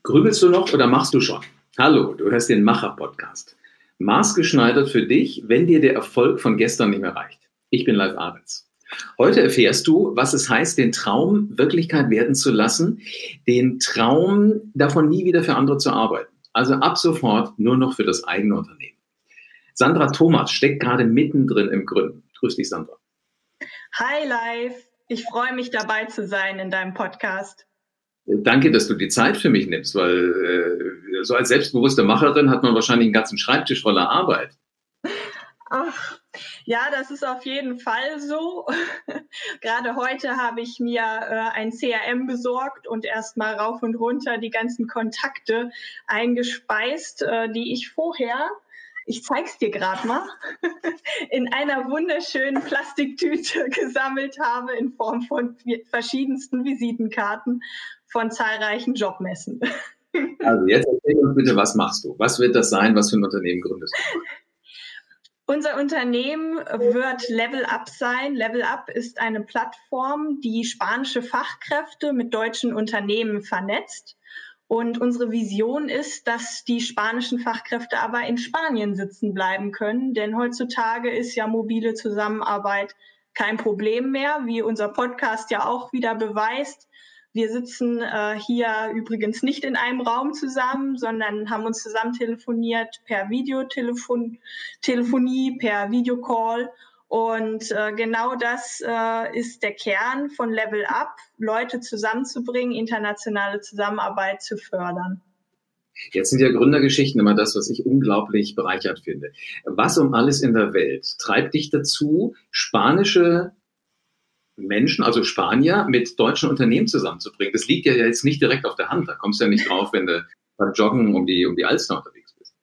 Grübelst du noch oder machst du schon? Hallo, du hörst den Macher-Podcast. Maßgeschneidert für dich, wenn dir der Erfolg von gestern nicht mehr reicht. Ich bin Live Ahrens. Heute erfährst du, was es heißt, den Traum Wirklichkeit werden zu lassen, den Traum davon nie wieder für andere zu arbeiten. Also ab sofort nur noch für das eigene Unternehmen. Sandra Thomas steckt gerade mittendrin im Gründen. Grüß dich, Sandra. Hi, Live. Ich freue mich, dabei zu sein in deinem Podcast. Danke, dass du die Zeit für mich nimmst, weil so als selbstbewusste Macherin hat man wahrscheinlich einen ganzen Schreibtisch voller Arbeit. Ach, ja, das ist auf jeden Fall so. Gerade heute habe ich mir ein CRM besorgt und erstmal rauf und runter die ganzen Kontakte eingespeist, die ich vorher, ich zeig's dir gerade mal, in einer wunderschönen Plastiktüte gesammelt habe in Form von verschiedensten Visitenkarten von zahlreichen Jobmessen. Also jetzt erzähl uns bitte, was machst du? Was wird das sein? Was für ein Unternehmen gründest du? Unser Unternehmen wird Level Up sein. Level Up ist eine Plattform, die spanische Fachkräfte mit deutschen Unternehmen vernetzt. Und unsere Vision ist, dass die spanischen Fachkräfte aber in Spanien sitzen bleiben können. Denn heutzutage ist ja mobile Zusammenarbeit kein Problem mehr, wie unser Podcast ja auch wieder beweist. Wir sitzen hier übrigens nicht in einem Raum zusammen, sondern haben uns zusammen telefoniert per Videotelefonie, per Videocall. Und genau das ist der Kern von Level Up, Leute zusammenzubringen, internationale Zusammenarbeit zu fördern. Jetzt sind ja Gründergeschichten immer das, was ich unglaublich bereichert finde. Was um alles in der Welt treibt dich dazu, spanische Menschen, also Spanier, mit deutschen Unternehmen zusammenzubringen? Das liegt ja jetzt nicht direkt auf der Hand. Da kommst du ja nicht drauf, wenn du beim Joggen um die Alster unterwegs bist.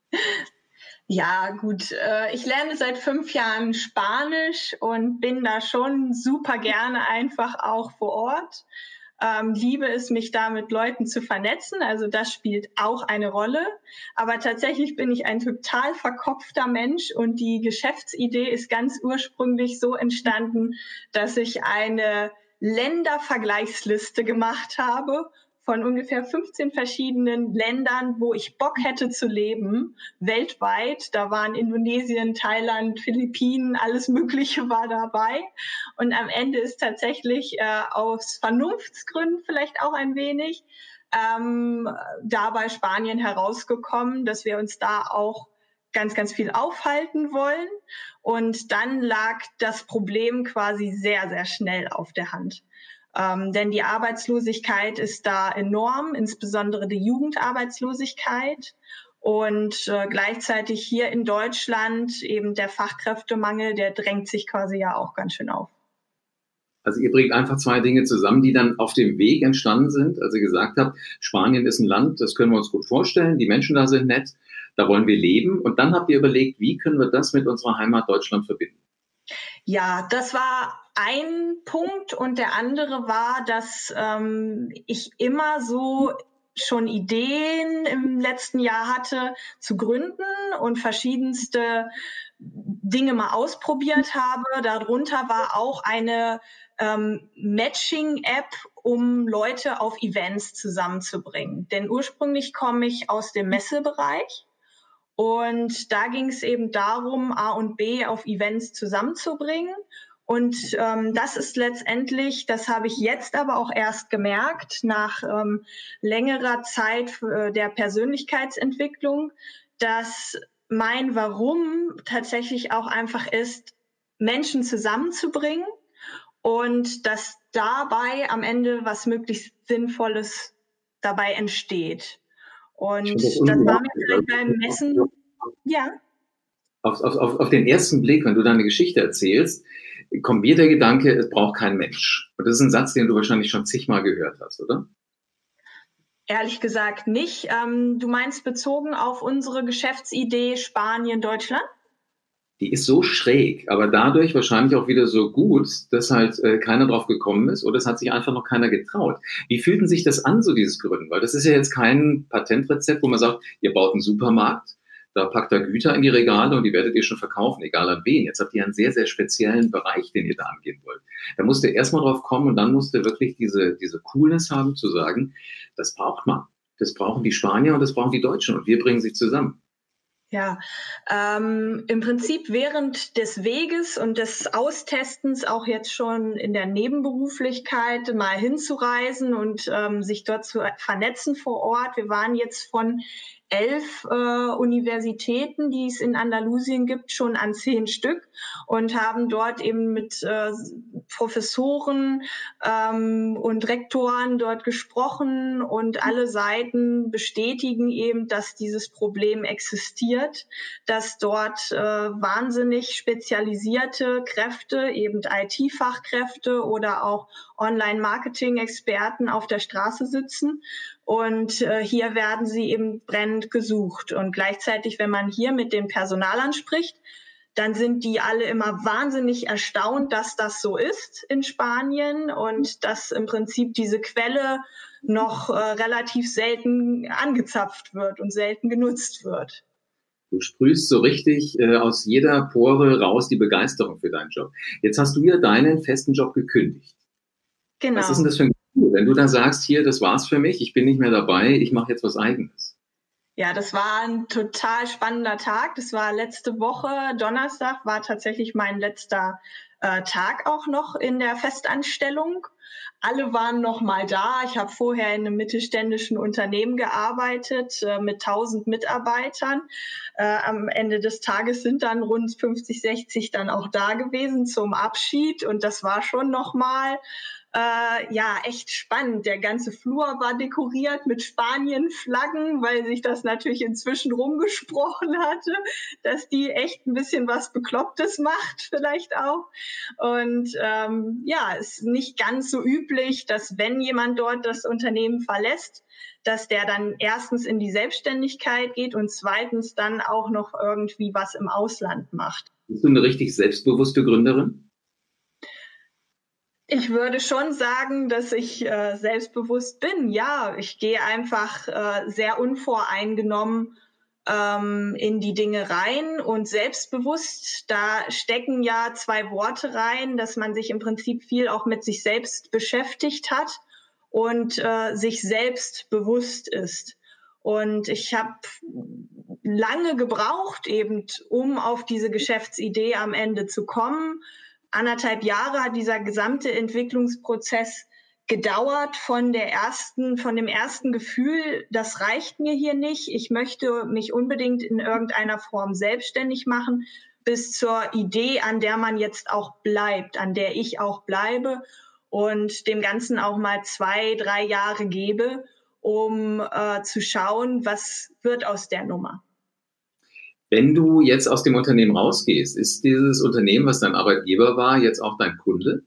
Ja, gut. Ich lerne seit 5 Jahren Spanisch und bin da schon super gerne einfach auch vor Ort. Liebe es, mich da mit Leuten zu vernetzen. Also das spielt auch eine Rolle. Aber tatsächlich bin ich ein total verkopfter Mensch und die Geschäftsidee ist ganz ursprünglich so entstanden, dass ich eine Ländervergleichsliste gemacht habe von ungefähr 15 verschiedenen Ländern, wo ich Bock hätte zu leben, weltweit. Da waren Indonesien, Thailand, Philippinen, alles Mögliche war dabei. Und am Ende ist tatsächlich aus Vernunftsgründen vielleicht auch ein wenig dabei Spanien herausgekommen, dass wir uns da auch ganz, ganz viel aufhalten wollen. Und dann lag das Problem quasi sehr, sehr schnell auf der Hand. Denn die Arbeitslosigkeit ist da enorm, insbesondere die Jugendarbeitslosigkeit. Und gleichzeitig hier in Deutschland eben der Fachkräftemangel, der drängt sich quasi ja auch ganz schön auf. Also ihr bringt einfach 2 Dinge zusammen, die dann auf dem Weg entstanden sind. Also ihr gesagt habt, Spanien ist ein Land, das können wir uns gut vorstellen, die Menschen da sind nett, da wollen wir leben. Und dann habt ihr überlegt, wie können wir das mit unserer Heimat Deutschland verbinden? Ja, das war ein Punkt und der andere war, dass ich immer so schon Ideen im letzten Jahr hatte zu gründen und verschiedenste Dinge mal ausprobiert habe. Darunter war auch eine Matching-App, um Leute auf Events zusammenzubringen. Denn ursprünglich komme ich aus dem Messebereich. Und da ging es eben darum, A und B auf Events zusammenzubringen. Und das ist letztendlich, das habe ich jetzt aber auch erst gemerkt, nach längerer Zeit der Persönlichkeitsentwicklung, dass mein Warum tatsächlich auch einfach ist, Menschen zusammenzubringen und dass dabei am Ende was möglichst Sinnvolles dabei entsteht. Und das war mir vielleicht beim Messen, ja. Auf den ersten Blick, wenn du deine Geschichte erzählst, kommt mir der Gedanke, es braucht kein Mensch. Und das ist ein Satz, den du wahrscheinlich schon zigmal gehört hast, oder? Ehrlich gesagt nicht. Du meinst bezogen auf unsere Geschäftsidee Spanien, Deutschland? Die ist so schräg, aber dadurch wahrscheinlich auch wieder so gut, dass halt keiner drauf gekommen ist oder es hat sich einfach noch keiner getraut. Wie fühlt denn sich das an, so dieses Gründen? Weil das ist ja jetzt kein Patentrezept, wo man sagt, ihr baut einen Supermarkt, da packt ihr Güter in die Regale und die werdet ihr schon verkaufen, egal an wen. Jetzt habt ihr einen sehr, sehr speziellen Bereich, den ihr da angehen wollt. Da musst du erstmal drauf kommen und dann musst du wirklich diese Coolness haben, zu sagen, das braucht man. Das brauchen die Spanier und das brauchen die Deutschen und wir bringen sie zusammen. Ja, im Prinzip während des Weges und des Austestens auch jetzt schon in der Nebenberuflichkeit mal hinzureisen und sich dort zu vernetzen vor Ort. Wir waren jetzt von 11 Universitäten, die es in Andalusien gibt, schon an 10 Stück und haben dort eben mit Professoren und Rektoren dort gesprochen und alle Seiten bestätigen eben, dass dieses Problem existiert, dass dort wahnsinnig spezialisierte Kräfte, eben IT-Fachkräfte oder auch Online-Marketing-Experten auf der Straße sitzen. Und hier werden sie eben brennend gesucht. Und gleichzeitig, wenn man hier mit den Personalern spricht, dann sind die alle immer wahnsinnig erstaunt, dass das so ist in Spanien und dass im Prinzip diese Quelle noch relativ selten angezapft wird und selten genutzt wird. Du sprühst so richtig aus jeder Pore raus die Begeisterung für deinen Job. Jetzt hast du ja deinen festen Job gekündigt. Genau. Was ist denn das für ein Gefühl, wenn du dann sagst, hier, das war's für mich, ich bin nicht mehr dabei, ich mache jetzt was Eigenes? Ja, das war ein total spannender Tag. Das war letzte Woche, Donnerstag war tatsächlich mein letzter Tag auch noch in der Festanstellung. Alle waren noch mal da. Ich habe vorher in einem mittelständischen Unternehmen gearbeitet mit 1000 Mitarbeitern. Am Ende des Tages sind dann rund 50, 60 dann auch da gewesen zum Abschied. Und das war schon noch mal echt spannend. Der ganze Flur war dekoriert mit Spanien-Flaggen, weil sich das natürlich inzwischen rumgesprochen hatte, dass die echt ein bisschen was Beklopptes macht vielleicht auch. Und ist nicht ganz so üblich, dass wenn jemand dort das Unternehmen verlässt, dass der dann erstens in die Selbstständigkeit geht und zweitens dann auch noch irgendwie was im Ausland macht. Bist du eine richtig selbstbewusste Gründerin? Ich würde schon sagen, dass ich selbstbewusst bin. Ja, ich gehe einfach sehr unvoreingenommen in die Dinge rein und selbstbewusst. Da stecken ja 2 Worte rein, dass man sich im Prinzip viel auch mit sich selbst beschäftigt hat und sich selbst bewusst ist. Und ich habe lange gebraucht, eben um auf diese Geschäftsidee am Ende zu kommen. 1,5 Jahre hat dieser gesamte Entwicklungsprozess gedauert von dem ersten Gefühl, das reicht mir hier nicht, ich möchte mich unbedingt in irgendeiner Form selbstständig machen, bis zur Idee, an der man jetzt auch bleibt, an der ich auch bleibe und dem Ganzen auch mal 2, 3 Jahre gebe, um zu schauen, was wird aus der Nummer. Wenn du jetzt aus dem Unternehmen rausgehst, ist dieses Unternehmen, was dein Arbeitgeber war, jetzt auch dein Kunde?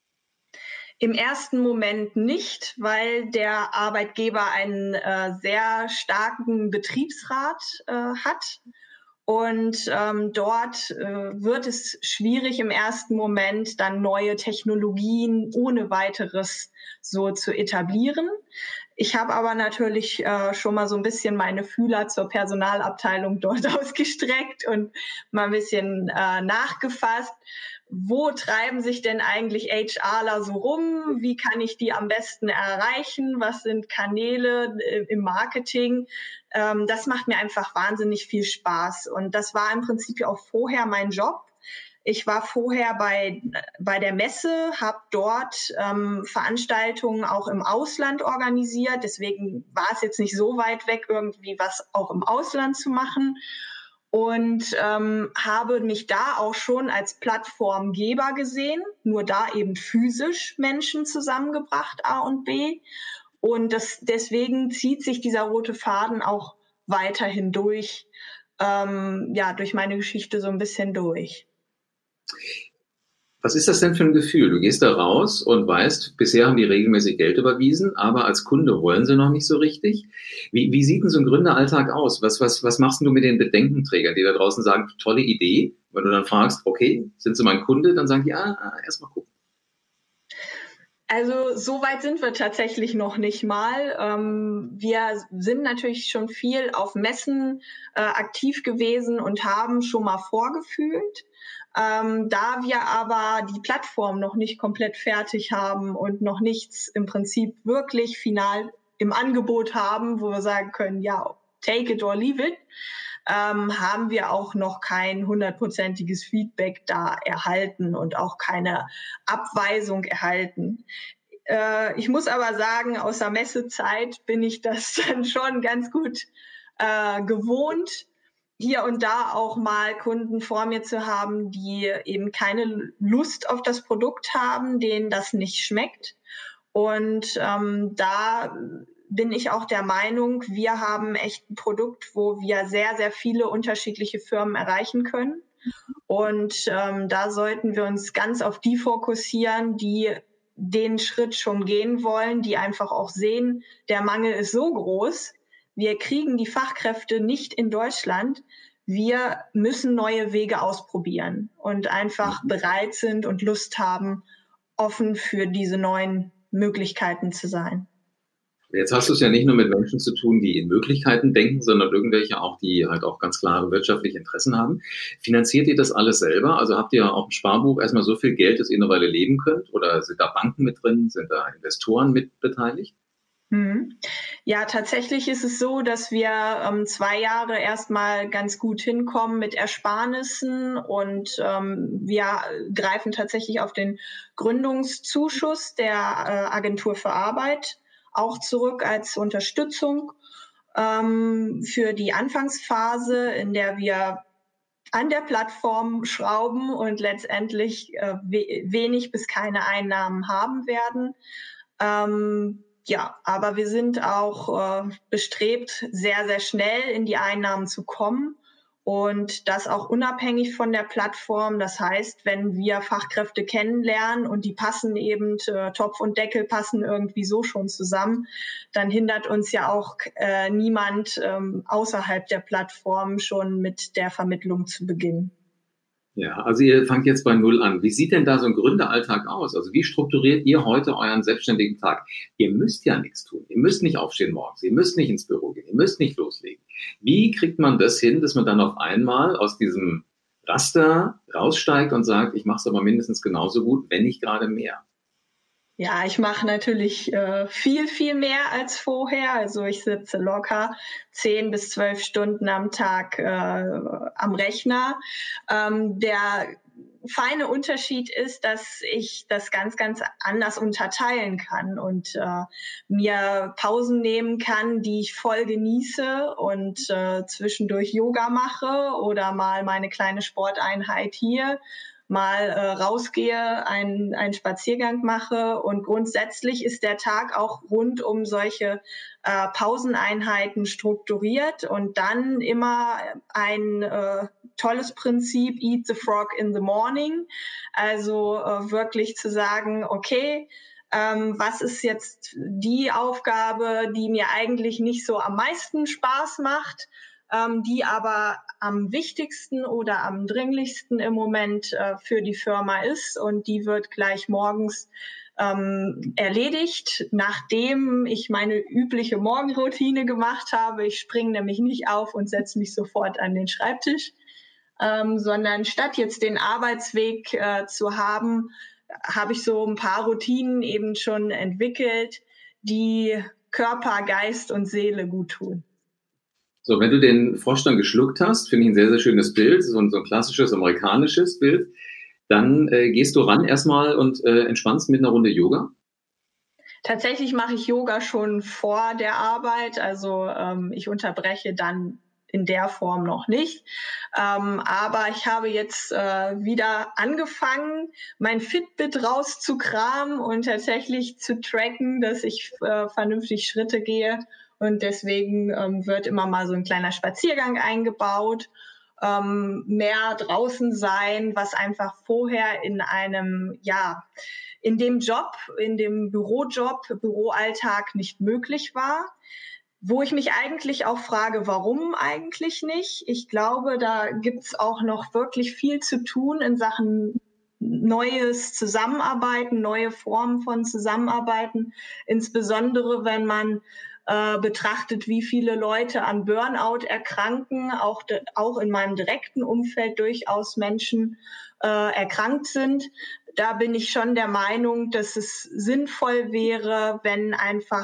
Im ersten Moment nicht, weil der Arbeitgeber einen sehr starken Betriebsrat hat. Und dort wird es schwierig im ersten Moment dann neue Technologien ohne weiteres so zu etablieren. Ich habe aber natürlich schon mal so ein bisschen meine Fühler zur Personalabteilung dort ausgestreckt und mal ein bisschen nachgefasst. Wo treiben sich denn eigentlich HRler so rum? Wie kann ich die am besten erreichen? Was sind Kanäle im Marketing? Das macht mir einfach wahnsinnig viel Spaß. Und das war im Prinzip auch vorher mein Job. Ich war vorher bei der Messe, habe dort Veranstaltungen auch im Ausland organisiert. Deswegen war es jetzt nicht so weit weg, irgendwie was auch im Ausland zu machen. Und habe mich da auch schon als Plattformgeber gesehen, nur da eben physisch Menschen zusammengebracht, A und B. Und deswegen zieht sich dieser rote Faden auch weiterhin durch meine Geschichte so ein bisschen durch. Was ist das denn für ein Gefühl? Du gehst da raus und weißt, bisher haben die regelmäßig Geld überwiesen, aber als Kunde wollen sie noch nicht so richtig. Wie sieht denn so ein Gründeralltag aus? Was machst du mit den Bedenkenträgern, die da draußen sagen, tolle Idee? Wenn du dann fragst, okay, sind sie mein Kunde? Dann sagen die, erst mal gucken. Also so weit sind wir tatsächlich noch nicht mal. Wir sind natürlich schon viel auf Messen aktiv gewesen und haben schon mal vorgefühlt. Da wir aber die Plattform noch nicht komplett fertig haben und noch nichts im Prinzip wirklich final im Angebot haben, wo wir sagen können, ja, take it or leave it, haben wir auch noch kein 100%iges Feedback da erhalten und auch keine Abweisung erhalten. Ich muss aber sagen, aus der Messezeit bin ich das dann schon ganz gut gewohnt, hier und da auch mal Kunden vor mir zu haben, die eben keine Lust auf das Produkt haben, denen das nicht schmeckt. Und da bin ich auch der Meinung, wir haben echt ein Produkt, wo wir sehr, sehr viele unterschiedliche Firmen erreichen können. Und da sollten wir uns ganz auf die fokussieren, die den Schritt schon gehen wollen, die einfach auch sehen, der Mangel ist so groß, wir kriegen die Fachkräfte nicht in Deutschland, wir müssen neue Wege ausprobieren und einfach bereit sind und Lust haben, offen für diese neuen Möglichkeiten zu sein. Jetzt hast du es ja nicht nur mit Menschen zu tun, die in Möglichkeiten denken, sondern irgendwelche auch, die halt auch ganz klare wirtschaftliche Interessen haben. Finanziert ihr das alles selber? Also habt ihr auch im Sparbuch erstmal so viel Geld, dass ihr eine Weile leben könnt? Oder sind da Banken mit drin? Sind da Investoren mit beteiligt? Ja, tatsächlich ist es so, dass wir 2 Jahre erstmal ganz gut hinkommen mit Ersparnissen und wir greifen tatsächlich auf den Gründungszuschuss der Agentur für Arbeit auch zurück als Unterstützung für die Anfangsphase, in der wir an der Plattform schrauben und letztendlich wenig bis keine Einnahmen haben werden. Ja, aber wir sind auch bestrebt, sehr, sehr schnell in die Einnahmen zu kommen und das auch unabhängig von der Plattform. Das heißt, wenn wir Fachkräfte kennenlernen und die passen eben, Topf und Deckel passen irgendwie so schon zusammen, dann hindert uns ja auch niemand außerhalb der Plattform schon mit der Vermittlung zu beginnen. Ja, also ihr fangt jetzt bei Null an. Wie sieht denn da so ein Gründeralltag aus? Also wie strukturiert ihr heute euren selbstständigen Tag? Ihr müsst ja nichts tun. Ihr müsst nicht aufstehen morgens. Ihr müsst nicht ins Büro gehen. Ihr müsst nicht loslegen. Wie kriegt man das hin, dass man dann auf einmal aus diesem Raster raussteigt und sagt, ich mache es aber mindestens genauso gut, wenn nicht gerade mehr? Ja, ich mache natürlich viel, viel mehr als vorher. Also ich sitze locker 10 bis 12 Stunden am Tag am Rechner. Der feine Unterschied ist, dass ich das ganz, ganz anders unterteilen kann und mir Pausen nehmen kann, die ich voll genieße und zwischendurch Yoga mache oder mal meine kleine Sporteinheit hier, mal rausgehe, einen Spaziergang mache und grundsätzlich ist der Tag auch rund um solche Pauseneinheiten strukturiert und dann immer ein tolles Prinzip, eat the frog in the morning, also wirklich zu sagen, okay, was ist jetzt die Aufgabe, die mir eigentlich nicht so am meisten Spaß macht, die aber am wichtigsten oder am dringlichsten im Moment für die Firma ist und die wird gleich morgens erledigt, nachdem ich meine übliche Morgenroutine gemacht habe. Ich springe nämlich nicht auf und setze mich sofort an den Schreibtisch, sondern statt jetzt den Arbeitsweg zu haben, habe ich so ein paar Routinen eben schon entwickelt, die Körper, Geist und Seele gut tun. So, wenn du den Frosch dann geschluckt hast, finde ich ein sehr, sehr schönes Bild, so ein klassisches amerikanisches Bild, dann gehst du ran erstmal und entspannst mit einer Runde Yoga? Tatsächlich mache ich Yoga schon vor der Arbeit, also ich unterbreche dann in der Form noch nicht. Aber ich habe jetzt wieder angefangen, mein Fitbit rauszukramen und tatsächlich zu tracken, dass ich vernünftig Schritte gehe. Und deswegen wird immer mal so ein kleiner Spaziergang eingebaut, mehr draußen sein, was einfach vorher in einem, ja, in dem Job, in dem Büroalltag nicht möglich war. Wo ich mich eigentlich auch frage, warum eigentlich nicht? Ich glaube, da gibt's auch noch wirklich viel zu tun in Sachen neues Zusammenarbeiten, neue Formen von Zusammenarbeiten, insbesondere wenn man betrachtet, wie viele Leute an Burnout erkranken, auch in meinem direkten Umfeld durchaus Menschen erkrankt sind. Da bin ich schon der Meinung, dass es sinnvoll wäre, wenn einfach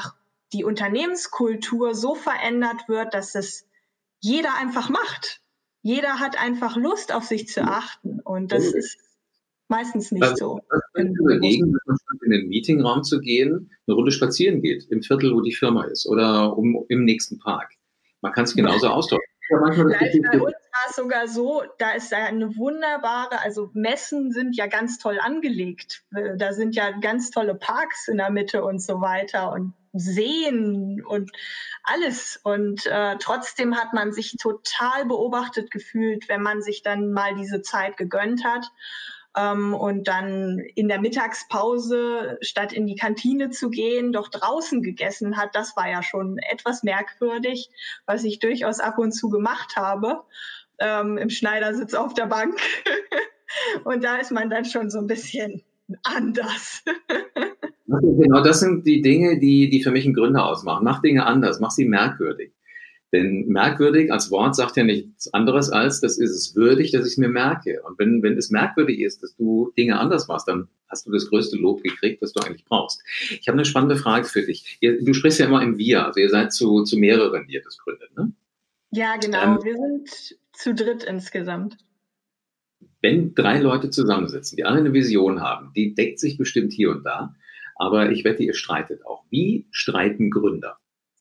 die Unternehmenskultur so verändert wird, dass es jeder einfach macht. Jeder hat einfach Lust, auf sich zu achten. Und das ist meistens nicht so. Was würdest du dagegen, wenn man statt in den Meetingraum zu gehen, eine Runde spazieren geht, im Viertel, wo die Firma ist, oder im nächsten Park? Man kann es genauso austauschen. Ja, bei uns war es sogar so, da ist eine wunderbare, also Messen sind ja ganz toll angelegt. Da sind ja ganz tolle Parks in der Mitte und so weiter und Seen und alles. Und trotzdem hat man sich total beobachtet gefühlt, wenn man sich dann mal diese Zeit gegönnt hat. Und dann in der Mittagspause, statt in die Kantine zu gehen, doch draußen gegessen hat. Das war ja schon etwas merkwürdig, was ich durchaus ab und zu gemacht habe, im Schneidersitz auf der Bank. Und da ist man dann schon so ein bisschen anders. Genau, das sind die Dinge, die für mich einen Gründer ausmachen. Mach Dinge anders, mach sie merkwürdig. Denn merkwürdig als Wort sagt ja nichts anderes als, das ist es würdig, dass ich es mir merke. Und wenn es merkwürdig ist, dass du Dinge anders machst, dann hast du das größte Lob gekriegt, was du eigentlich brauchst. Ich habe eine spannende Frage für dich. Du sprichst ja immer im Wir, also ihr seid zu mehreren, die ihr das gründet, ne? Ja, genau. Wir sind zu dritt insgesamt. Wenn 3 Leute zusammensitzen, die alle eine Vision haben, die deckt sich bestimmt hier und da, aber ich wette, ihr streitet auch. Wie streiten Gründer?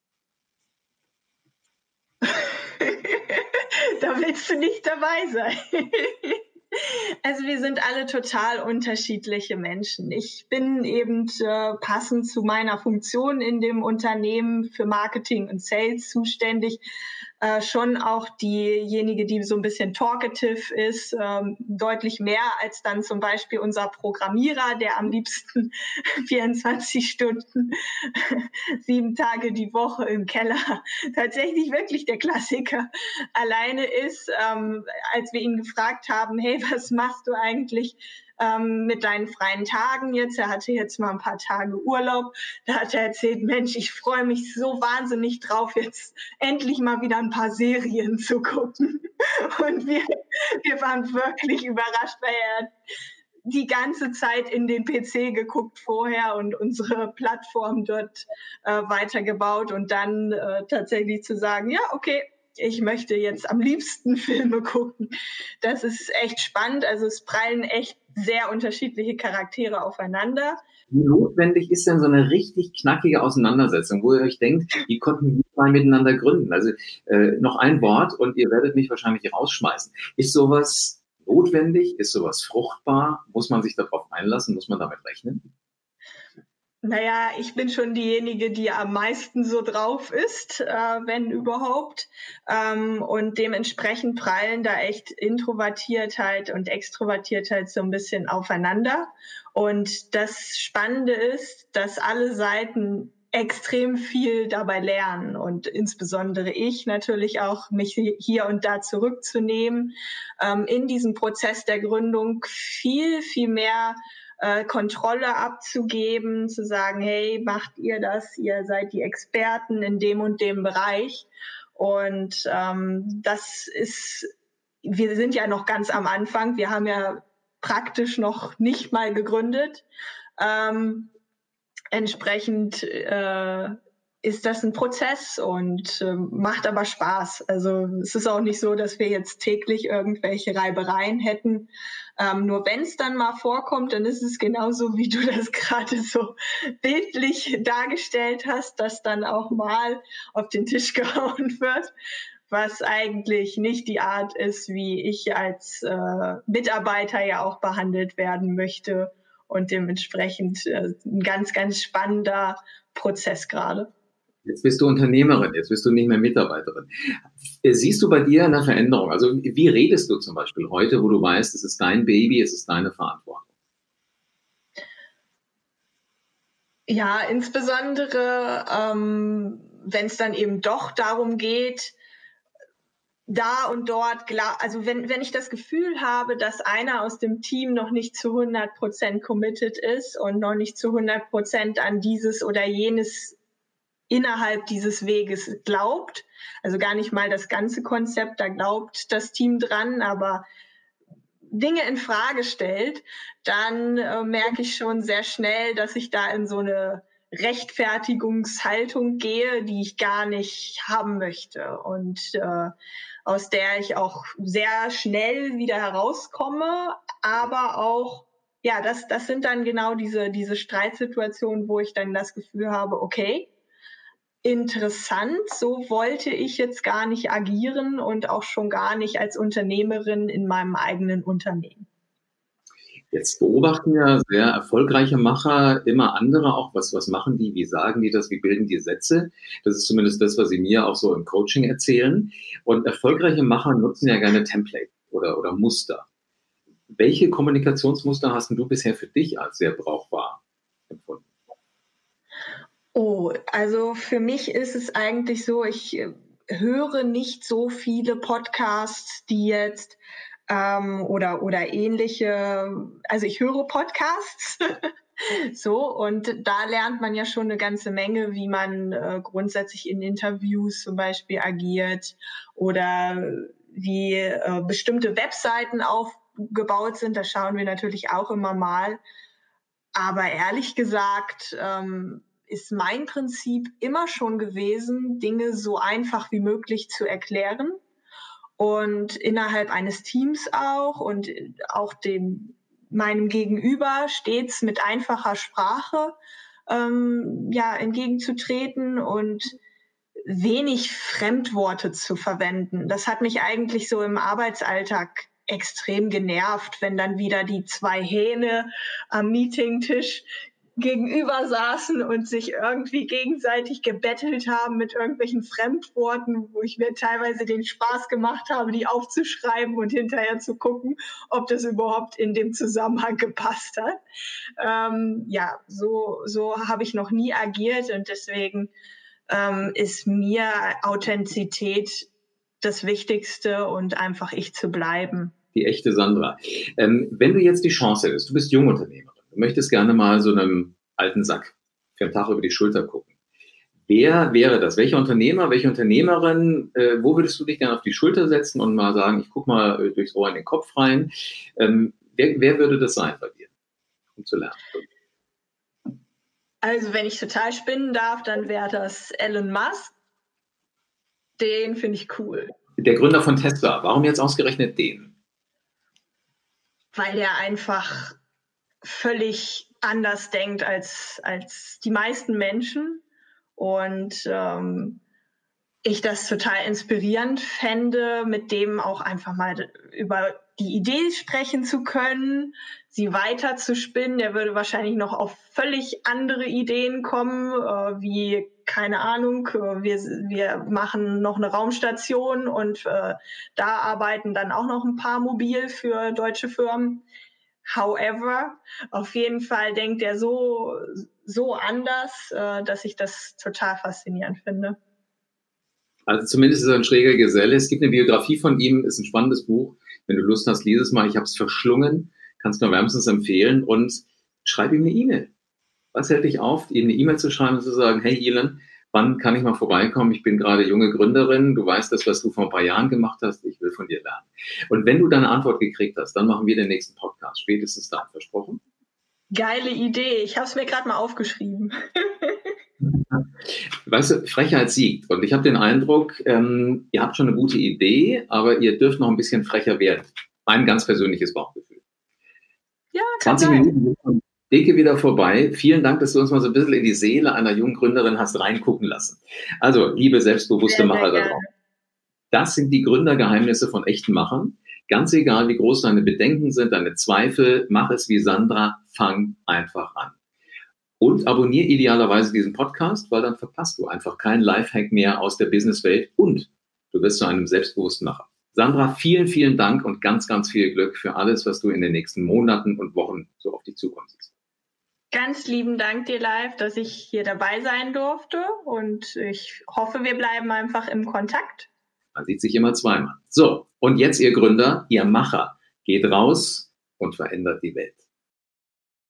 Da willst du nicht dabei sein. Also wir sind alle total unterschiedliche Menschen. Ich bin eben passend zu meiner Funktion in dem Unternehmen für Marketing und Sales zuständig. Schon auch diejenige, die so ein bisschen talkative ist, deutlich mehr als dann zum Beispiel unser Programmierer, der am liebsten 24 Stunden, 7 Tage die Woche im Keller, tatsächlich wirklich der Klassiker, alleine ist. Als wir ihn gefragt haben, hey, was machst du eigentlich mit deinen freien Tagen jetzt? Er hatte jetzt mal ein paar Tage Urlaub. Da hat er erzählt, Mensch, ich freue mich so wahnsinnig drauf, jetzt endlich mal wieder ein paar Serien zu gucken. Und wir waren wirklich überrascht, weil er die ganze Zeit in den PC geguckt vorher und unsere Plattform dort weitergebaut und dann tatsächlich zu sagen, ja, okay, ich möchte jetzt am liebsten Filme gucken. Das ist echt spannend. Also es prallen echt sehr unterschiedliche Charaktere aufeinander. Wie notwendig ist denn so eine richtig knackige Auseinandersetzung, wo ihr euch denkt, wie konnten wir mal miteinander gründen? Also noch ein Wort und ihr werdet mich wahrscheinlich rausschmeißen. Ist sowas notwendig? Ist sowas fruchtbar? Muss man sich darauf einlassen? Muss man damit rechnen? Naja, ich bin schon diejenige, die am meisten so drauf ist, wenn überhaupt. Und dementsprechend prallen da echt Introvertiertheit und Extrovertiertheit so ein bisschen aufeinander. Und das Spannende ist, dass alle Seiten extrem viel dabei lernen und insbesondere ich natürlich auch, mich hier und da zurückzunehmen, in diesem Prozess der Gründung viel, viel mehr Kontrolle abzugeben, zu sagen, hey, macht ihr das, ihr seid die Experten in dem und dem Bereich. Und das ist, wir sind ja noch ganz am Anfang, wir haben ja praktisch noch nicht mal gegründet. Entsprechend ist das ein Prozess und macht aber Spaß. Also es ist auch nicht so, dass wir jetzt täglich irgendwelche Reibereien hätten. Nur wenn es dann mal vorkommt, dann ist es genauso, wie du das gerade so bildlich dargestellt hast, dass dann auch mal auf den Tisch gehauen wird, was eigentlich nicht die Art ist, wie ich als Mitarbeiter ja auch behandelt werden möchte. Und dementsprechend ein ganz, ganz spannender Prozess gerade. Jetzt bist du Unternehmerin, jetzt bist du nicht mehr Mitarbeiterin. Siehst du bei dir eine Veränderung? Also wie redest du zum Beispiel heute, wo du weißt, es ist dein Baby, es ist deine Verantwortung? Ja, insbesondere wenn es dann eben doch darum geht, da und dort, also wenn ich das Gefühl habe, dass einer aus dem Team noch nicht zu 100% committed ist und noch nicht zu 100% an dieses oder jenes innerhalb dieses Weges glaubt, also gar nicht mal das ganze Konzept, da glaubt das Team dran, aber Dinge in Frage stellt, dann merke ich schon sehr schnell, dass ich da in so eine Rechtfertigungshaltung gehe, die ich gar nicht haben möchte und aus der ich auch sehr schnell wieder herauskomme, aber auch, ja, das sind dann genau diese Streitsituationen, wo ich dann das Gefühl habe, okay, interessant, so wollte ich jetzt gar nicht agieren und auch schon gar nicht als Unternehmerin in meinem eigenen Unternehmen. Jetzt beobachten ja sehr erfolgreiche Macher immer andere auch. Was machen die? Wie sagen die das? Wie bilden die Sätze? Das ist zumindest das, was sie mir auch so im Coaching erzählen. Und erfolgreiche Macher nutzen ja gerne Template oder Muster. Welche Kommunikationsmuster hast du bisher für dich als sehr brauchbar empfunden? Oh, also für mich ist es eigentlich so, ich höre nicht so viele Podcasts, die jetzt oder ähnliche, also ich höre Podcasts so und da lernt man ja schon eine ganze Menge, wie man grundsätzlich in Interviews zum Beispiel agiert oder wie bestimmte Webseiten aufgebaut sind. Da schauen wir natürlich auch immer mal. Aber ehrlich gesagt ist mein Prinzip immer schon gewesen, Dinge so einfach wie möglich zu erklären und innerhalb eines Teams auch und auch meinem Gegenüber stets mit einfacher Sprache entgegenzutreten und wenig Fremdworte zu verwenden. Das hat mich eigentlich so im Arbeitsalltag extrem genervt, wenn dann wieder die zwei Hähne am Meetingtisch gegenüber saßen und sich irgendwie gegenseitig gebettelt haben mit irgendwelchen Fremdworten, wo ich mir teilweise den Spaß gemacht habe, die aufzuschreiben und hinterher zu gucken, ob das überhaupt in dem Zusammenhang gepasst hat. So habe ich noch nie agiert und deswegen ist mir Authentizität das Wichtigste und einfach ich zu bleiben. Die echte Sandra. Wenn du jetzt die Chance hättest, du bist Jungunternehmerin, du möchtest gerne mal so einem alten Sack für einen Tag über die Schulter gucken. Wer wäre das? Welcher Unternehmer, welche Unternehmerin, wo würdest du dich gerne auf die Schulter setzen und mal sagen, ich gucke mal durchs Ohr in den Kopf rein? Wer würde das sein bei dir, um zu lernen? Also wenn ich total spinnen darf, dann wäre das Elon Musk. Den finde ich cool. Der Gründer von Tesla. Warum jetzt ausgerechnet den? Weil der einfach völlig anders denkt als die meisten Menschen und ich das total inspirierend fände, mit dem auch einfach mal über die Idee sprechen zu können, sie weiter zu spinnen. Der würde wahrscheinlich noch auf völlig andere Ideen kommen, wie, keine Ahnung, wir machen noch eine Raumstation und da arbeiten dann auch noch ein paar mobil für deutsche Firmen. However, auf jeden Fall denkt er so anders, dass ich das total faszinierend finde. Also zumindest ist er ein schräger Geselle. Es gibt eine Biografie von ihm, ist ein spannendes Buch. Wenn du Lust hast, lies es mal. Ich habe es verschlungen, kannst nur wärmstens empfehlen und schreib ihm eine E-Mail. Was hält dich auf, ihm eine E-Mail zu schreiben und zu sagen, hey Elon, wann kann ich mal vorbeikommen? Ich bin gerade junge Gründerin, du weißt das, was du vor ein paar Jahren gemacht hast, ich will von dir lernen. Und wenn du deine Antwort gekriegt hast, dann machen wir den nächsten Podcast, spätestens dann, versprochen? Geile Idee, ich habe es mir gerade mal aufgeschrieben. Weißt du, Frechheit siegt. Und ich habe den Eindruck, ihr habt schon eine gute Idee, aber ihr dürft noch ein bisschen frecher werden. Mein ganz persönliches Bauchgefühl. Ja, 20 Minuten und Dicke wieder vorbei. Vielen Dank, dass du uns mal so ein bisschen in die Seele einer jungen Gründerin hast reingucken lassen. Also, liebe selbstbewusste Macher da draußen. Das sind die Gründergeheimnisse von echten Machern. Ganz egal, wie groß deine Bedenken sind, deine Zweifel, mach es wie Sandra, fang einfach an. Und abonniere idealerweise diesen Podcast, weil dann verpasst du einfach keinen Lifehack mehr aus der Businesswelt und du wirst zu einem selbstbewussten Macher. Sandra, vielen, vielen Dank und ganz, ganz viel Glück für alles, was du in den nächsten Monaten und Wochen so auf dich zukommen siehst. Ganz lieben Dank dir, Live, dass ich hier dabei sein durfte und ich hoffe, wir bleiben einfach im Kontakt. Man sieht sich immer zweimal. So, und jetzt ihr Gründer, ihr Macher, geht raus und verändert die Welt.